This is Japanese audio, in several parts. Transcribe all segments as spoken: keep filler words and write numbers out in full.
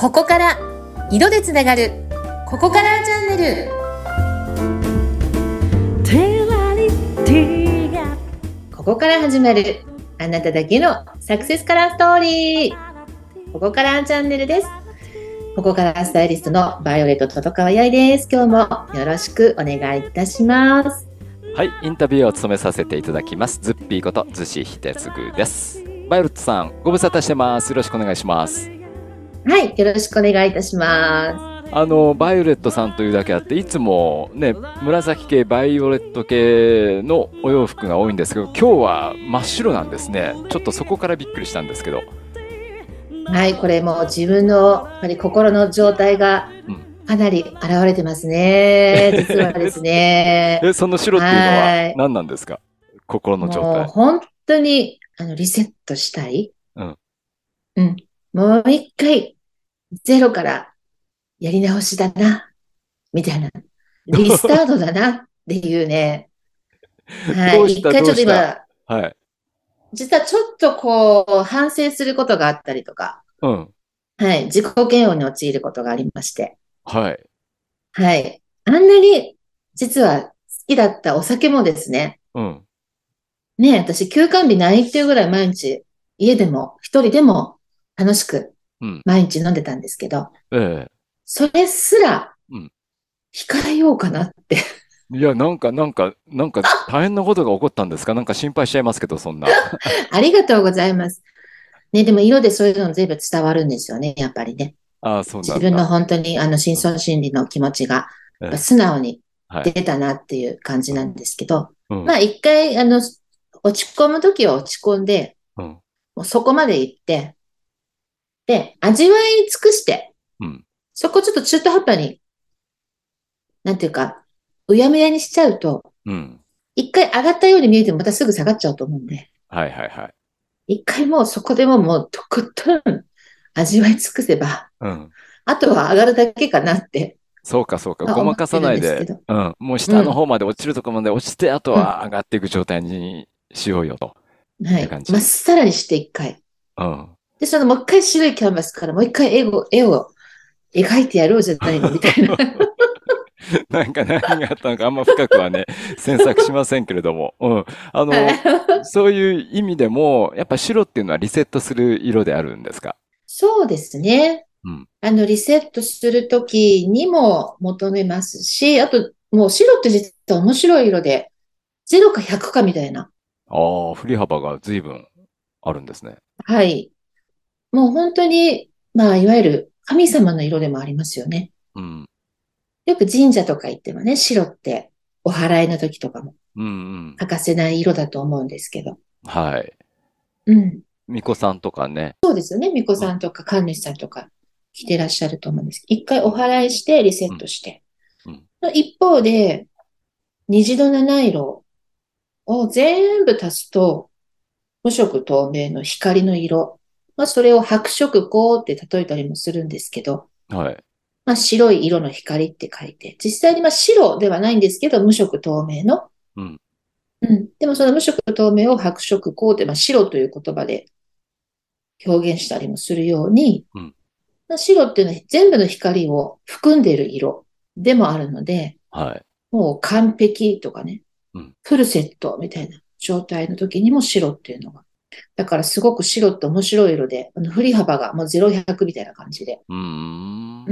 ここから色でつながるここからチャンネル。ここから始まるあなただけのサクセスカラーストーリー、ここからチャンネルです。ここからスタイリストのバイオレット戸川八重です。今日もよろしくお願いいたします。 はい、インタビューを務めさせていただきますズッピーこと逗子秀次です。バイオレットさん、ご無沙汰してます。よろしくお願いします。 はい、よろしくお願いいたします。 あのバイオレットさんというだけあって、いつもね紫系バイオレット系のお洋服が多いんですけど、今日は真っ白なんですね。ちょっとそこからびっくりしたんですけど。 はい、これも自分のやっぱり心の状態がかなり現れてますね、うん、実はですねえその白っていうのは何なんですか？心の状態。 もう本当にあのリセットしたい、 うんうん、もう一回ゼロからやり直しだなみたいな、リスタートだなっていうねはい、 どうした一回ちょっと今、 はい、 実はちょっとこう反省することがあったりとか、 うん、 はい、自己嫌悪に陥ることがありまして、 はい、 はい、あんなに実は好きだったお酒もですね、 うん、 ね、私休館日ないっていうぐらい毎日家でも一人でも楽しく毎日飲んでたんですけど、 うん、ええ、 それすらうん、 控えようかなっていや、なんか、なんか、なんか大変なことが起こったんですか？なんか心配しちゃいますけど、そんな。 ありがとうございます。ね、でも色でそういうの全部伝わるんですよね、やっぱりね。 ああ、そうな自分のんだ。 本当にあの深うん、 層心理の気持ちがええ、 素直にはい。 出たなっていう感じなんですけど、 うん、 まあ一回あの落ち込むときは落ち込んで、 うん、 もうそこまで行って、で、味わい尽くして、 うん。 そこちょっと中途半端に、なんていうか、うやむやにしちゃうと、 うん。 一回上がったように見えてもまたすぐ下がっちゃうと思うんで、 はいはいはい。 一回もうそこでももうとことん味わい尽くせば、 うん。 あとは上がるだけかなって、 そうかそうか。 まあ、 ごまか思ってるんさないで、 ですけど。 うん。もううん、 下の方まで落ちるところまで落ちて、あとうん。 は上がっていく状態にしようよとはい。まっいう感じ。 さらにして一回。 うん。 で、そのもう一回白いキャンバスからもう一回絵を、絵を描いてやろうじゃないのみたいな。 なんか何があったのかあんま深くはね、詮索しませんけれども。うん。あの、 はい。 そういう意味でも、やっぱ白っていうのはリセットする色であるんですか？ そうですね。 うん。 あの、リセットするときにも求めますし、あと、もう白って実は面白い色で、ゼロかひゃくかみたいな。 ああ、振り幅が随分あるんですね。 はい。もう本当に、まあ、いわゆる神様の色でもありますよね。 うん。 よく神社とか行ってもね、白ってお祓いの時とかもうんうん。 欠かせない色だと思うんですけど。 はい。 うん。 巫女さんとかね。 そうですよね。巫女うん。 さんとか神主さんとか来てらっしゃると思うんですけど、一回お祓いしてリセうん。 ットして。 うん。 一方で、虹の七色を全部足すと、無色透明の光の色。まあ、それを白色光って例えたりもするんですけど、 はい。 まあ、白い色の光って書いて、実際にまあ白ではないんですけど、無色透明の。 うん。 うん。でもその無色透明を白色光って、まあ、白という言葉で表現したりもするように、 うん。 まあ白っていうのは全部の光を含んでいる色でもあるので、 はい。 もう完璧とかね、 うん。 フルセットみたいな状態の時にも白っていうのが。だからすごく白って面白い色で、あの振り幅がもうゼロ、ひゃくみたいな感じで、 うーん。 うん、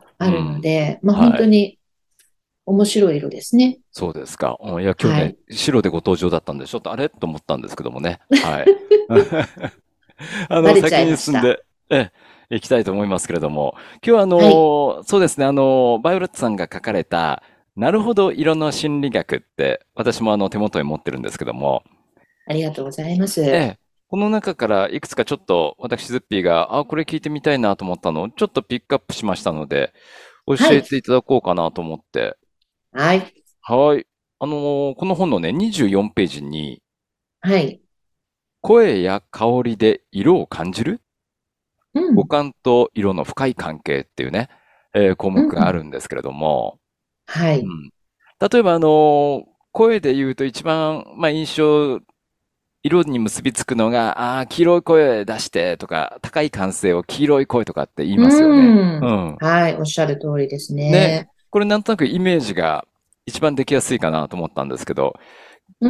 あるのうん。 で、まあ本はい。 当に面白い色ですね。 そうですか。うん、いや、今日ね、 はい。 白でご登場だったんで、ちょっとあれと思ったんですけどもね。はい。あの、 バレちゃ先いました。 に進んで、ええ、いきたいと思いますけれども、今日はあはい。 の、そうですね、あの、バイオレットさんが書かれた、なるほど色の心理学って、私もあの、手元に持ってるんですけども、 ありがとうございます。 ええ、この中からいくつかちょっと私ズッピーが、あ、これ聞いてみたいなと思ったのをちょっとピックアップしましたので、教はい。 えていただこうかなと思って。 はい。 はい。あのーこの本のね、にじゅうよんページに、 はい。 声や香りで色を感じる五うん。 感と色の深い関係っていうね、えー項目があうん。 るんですけれども、 はい。 うん。例えば、あのー声で言うと一番、まあ、印象色に結びつくのが、ああ、黄色い声出してとか、高い歓声を黄色い声とかって言いますよね。 うん。 うん。 はい、おっしゃる通りですね。 ね。 これなんとなくイメージが一番できやすいかなと思ったんですけど、 うん。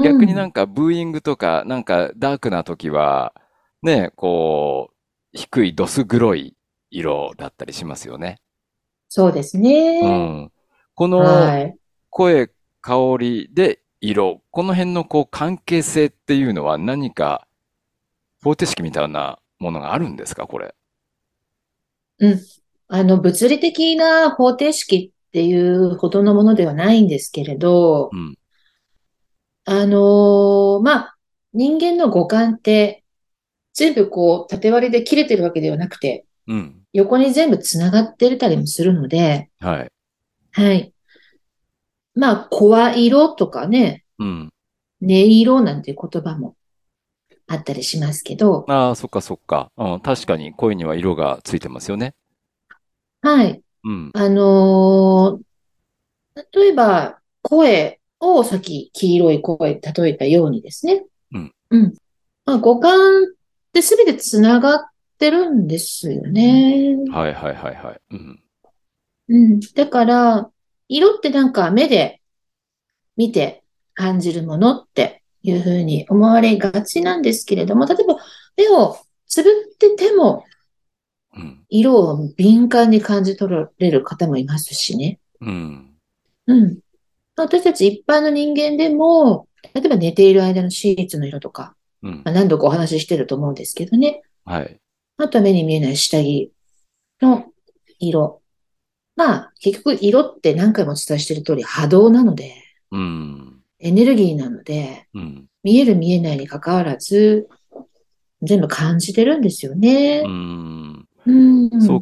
逆になんかブーイングとか、なんかダークな時は、ね、こう、低いどす黒い色だったりしますよね。 そうですね。 うん。このはい。 声、香りで色、この辺のこう関係性っていうのは何か方程式みたいなものがあるんですか、これ？ うん。あの、物理的な方程式っていうほどのものではないんですけれど、 うん、 あのーまあ、人間の五感って全部こう縦割りで切れてるわけではなくて、 うん、 横に全部つながってたりもするので、 はい、 はい。まあ、声色とかね、 うん。 音色なんていう言葉もあったりしますけど、 ああ、そっかそっか。うん、確かに声には色がついてますよね。 はい。 うん、 あのー例えば、声をさっき黄色い声例えたようにですね。 うん。 うん。まあ、五感って全てつながってるんですよね。 はいはいはいはい。うん、 うん。だから、色ってなんか目で見て感じるものっていうふうに思われがちなんですけれども、例えば目をつぶっててもうん、 色を敏感に感じ取られる方もいますしね。 うん、 うん。私たち一般の人間でも、例えば寝ている間のシーツの色とか、 うん。 まあ、何度かお話ししてると思うんですけどね。 はい。 あとは目に見えない下着の色。まあ、結局色って何回もお伝えしている通り波動なので、 うん、 エネルギーなので、 うん、 見える見えないに関わらず、全部感じてるんですようね。 ん。 うん。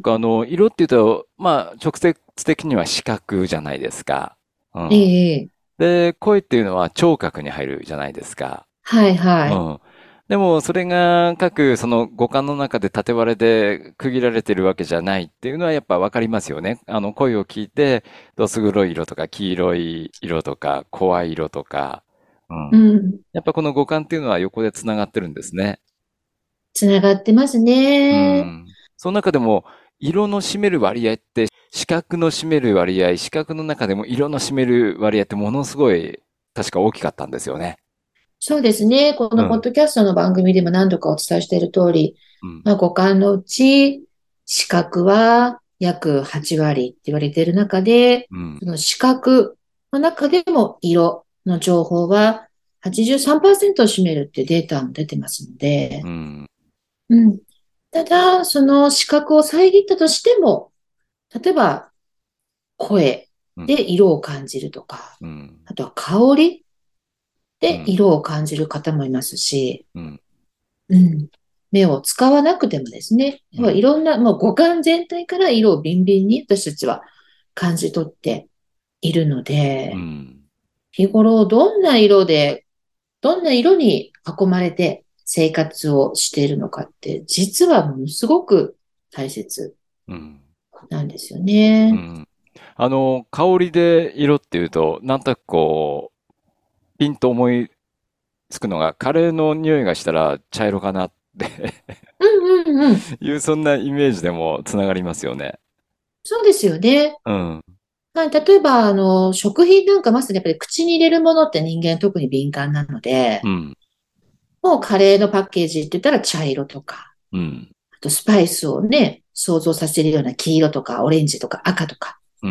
そうか、あの、色っていうと、まあ、直接的には視覚じゃないですか。うえん。 え、 で、声っていうのは聴覚に入るじゃないですか。 はいはい。 うん。でも、それが各、その五感の中で縦割れで区切られてるわけじゃないっていうのはやっぱわかりますよね。あの、声を聞いて、どす黒い色とか、黄色い色とか、声色とか、うん。 うん。 やっぱこの五感っていうのは横でつながってるんですね。 つながってますうね。 ん。その中でも、色の占める割合って、視覚の占める割合、視覚の中でも色の占める割合ってものすごい、確か大きかったんですよね。 そうですね。このポッうん。 ドキャストの番組でも何度かお伝えしている通り、 うん。 まあ、五感のうち視覚は約はち割って言われている中で、 うん。 その視覚の中でも色の情報ははちじゅうさんパーセントを占めるっていうデータも出てますので、 うん。 うん。ただ、その視覚を遮ったとしても、例えば声うん。 で色を感じるとか、 うん。 あとは香りでうん。 色を感じる方もいますし、 うん。 うん。目を使わなくてもですね、要はいうん。 ろんな、もう五感全体から色をビンビンに私たちは感じ取っているので、 うん。 日頃どんな色で、どんな色に囲まれて生活をしているのかって、実はものすごく大切うん。 なんですよね。 うん。あの、香りで色っていうと、なんとなくこう、ピンと思いつくのが、カレーの匂いがしたら茶色かなってうんうんうん。 いう、そんなイメージでもつながりますよね。 そうですよね。 うん。 はい、例えば、あの、食品なんかまさにやっぱり口に入れるものって人間特に敏感なので、 うん。 もうカレーのパッケージって言ったら茶色とか、 うん。 あとスパイスをね、想像させるような黄色とかオレンジとか赤とかうん。うん。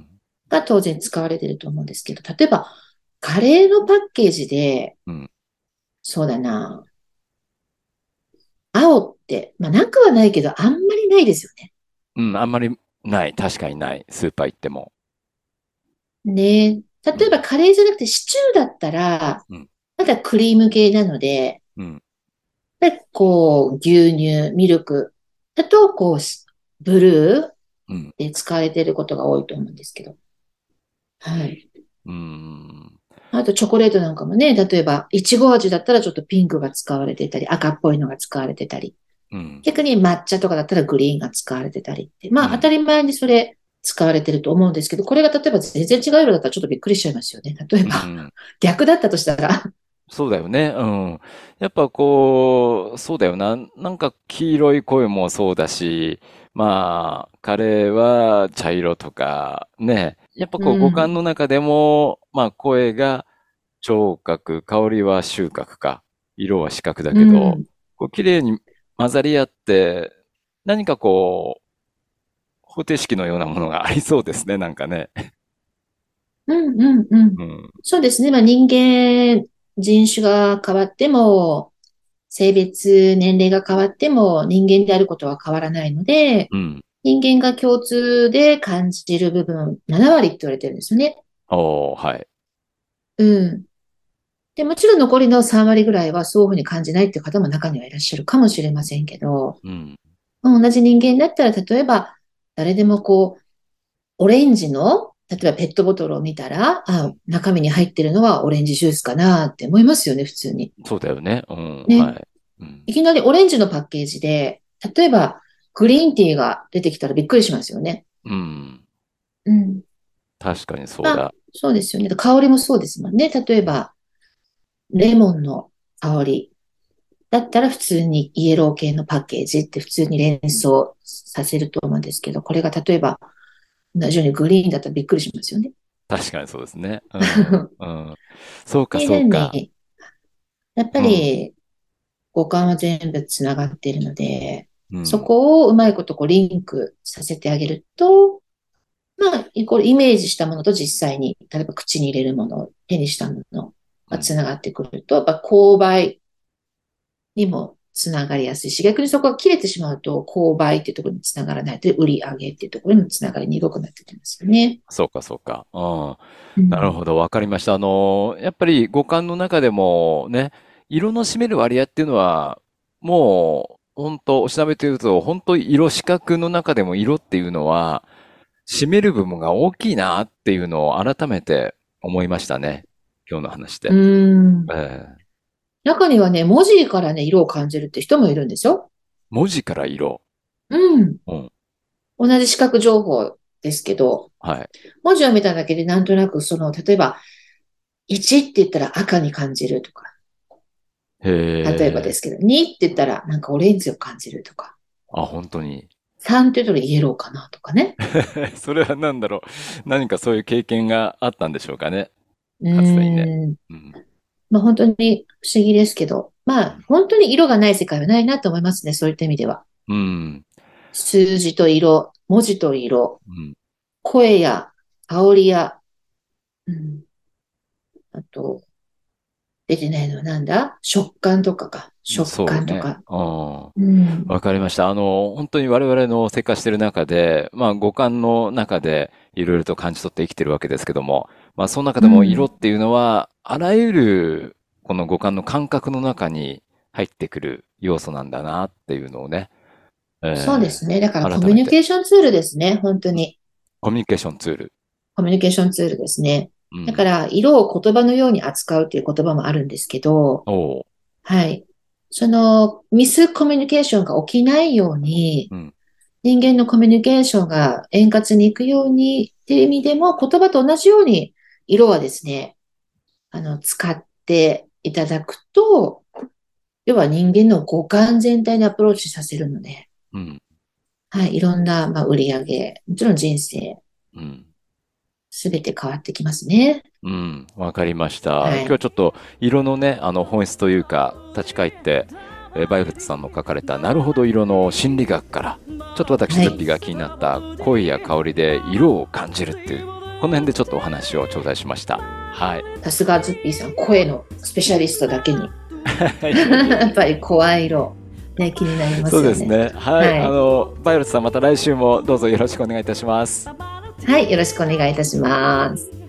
が当然使われていると思うんですけど、例えばカレーのパッケージで、 うん。 そうだな、青って、まあなくはないけどあんまりないですよね。 うん、あんまりない。確かにない。スーパー行っても。 ね。 うん。 例えばカレーじゃなくてシチューだったら、 うん。 まだクリーム系なので、 うん。 で、こう、牛乳、ミルクだと、こう、ブルうん。 ーで使われていることが多いと思うんですけど。はい。 うん。 あとチョコレートなんかもね、例えば、いちご味だったらちょっとピンクが使われてたり、赤っぽいのが使われてたり、 うん。 逆に抹茶とかだったらグリーンが使われてたりって、まあ当たうん。 り前にそれ使われてると思うんですけど、これが例えば全然違う色だったらちょっとびっくりしちゃいますよね。例えば、 うん。 逆だったとしたら、 そうだよね。うん。やっぱこう、そうだよな。なんか黄色い声もそうだし、まあ、彼は茶色とか、ね。やっぱうこう五感ん。 の中でも、まあ声が聴覚、香りは収穫か、色は視覚だうけど、 ん。 こう綺麗に混ざり合って、何かこう、方程式のようなものがありそうですね、なんかね。 うん。うん。うん。 うん。 そうですね。まあ人間、人種が変わっても、性別、年齢が変わっても人間であることは変わらないので、 うん。 人間が共通で感じる部分、なな割って言われてるんですよね。 おー、はい。 うん。で、もちろん残りのさん割ぐらいはそういうふうに感じないっていう方も中にはいらっしゃるかもしれませんけど、 うん。 同じ人間だったら、例えば、誰でもこう、オレンジの、例えばペットボトルを見たら、あ、中身に入ってるのはオレンジジュースかなって思いますよね、普通に。 そうだよね。うん、はね。 い。うん。 いきなりオレンジのパッケージで、例えば、グリーンティーが出てきたらびっくりしますよね。 うん。 うん。 確かにそうまあ、 だ。 そうですよね。香りもそうですもんね。例えば、レモンの香り。だったら普通にイエロー系のパッケージって普通に連想させると思うんですけど、これが例えば同じようにグリーンだったらびっくりしますよね。 確かにそうですね。うん。うん。そうか、 っていうふうそうか。 に、やっぱうん。 り五感は全部つながっているので、そうん。 こをうまいことこうリンクさせてあげると、まあ、イコールイメージしたものと実際に、例えば口に入れるもの、手にしたものがつうん。 ながってくると、やっぱ購買にもつながりやすいし、逆にそこが切れてしまうと、購買っていうところにつながらないと、売り上げっていうところにもつながりにくくなってきますよね。 そうか、そうか。うん。 うん。 なるほど、わかりました。あの、やっぱり五感の中でもね、色の占める割合っていうのは、もう、本当おしなべて言うと、本当色、視覚の中でも色っていうのは、占める部分が大きいなっていうのを改めて思いましたね。今日の話うで。 ん。 ええ、 中にはね、文字からね、色を感じるって人もいるんですよ。 文字から色。 うん。 うん。 同じ視覚情報ですけど、 はい。 文字を見ただけでなんとなくその、例えば、いちって言ったら赤に感じるとか、 へ例えばでえ。 すけど、にって言ったらなんかオレンジを感じるとか、 あ、本当に。 さんって言ったらイエローかなとかね。 それは何だろう。何かそういう経験があったんでしょうかね。 うかつてにね。 ーん。 うん。 まあ本当に不思議ですけど、まあ本当に色がない世界はないなと思いますね。そういった意味では。 うん。 数字と色、文字と色、 うん。 声や香りや、うん、あと、出てないのはなんだ食感とかか。食そうね。 感とか。 うん。 うん。 わかりました。あの、本当に我々の生活している中で、まあ五感の中でいろいろと感じ取って生きてるわけですけども、まあその中でも色うん。 っていうのは、あらゆるこの五感の感覚の中に入ってくる要素なんだなっていうのをね、えそうですね。だからコー改めて、 ミュニケーションツールですね。本当うん、 に。 コミュニケーションツール。 コミュニケーションツールですね。 うん。 だから、色を言葉のように扱うっていう言葉もあるんですけど、 おう。 はい。その、ミスコミュニケーションが起きないように、 うん。 人間のコミュニケーションが円滑にいくようにっていう意味でも、言葉と同じように、色はですね、あの、使っていただくと、要は人間の五感全体にアプローチさせるので、 うん。 はい、いろんな、まあ、売り上げ、もちろん人生、 うん。 すべて変わってきますね。 うん、わかりました。今はい。 日はちょっと色のね、あの本質というか、立ち返って、えーバイオレットさんの書かれた、なるほど色の心理学から、ちょっと私、 はい。 ズッピーが気になった声や香りで色を感じるっていう、この辺でちょっとお話を頂戴しました。はい。 さすがズッピーさん、声のスペシャリストだけに。 いやいやいや。 やっぱり声色、ね、気になりまそうすよね。 ですね。はい。 はい。 あの、バイオレットさん、また来週もどうぞよろしくお願いいたします。 はい。よろしくお願いいたします。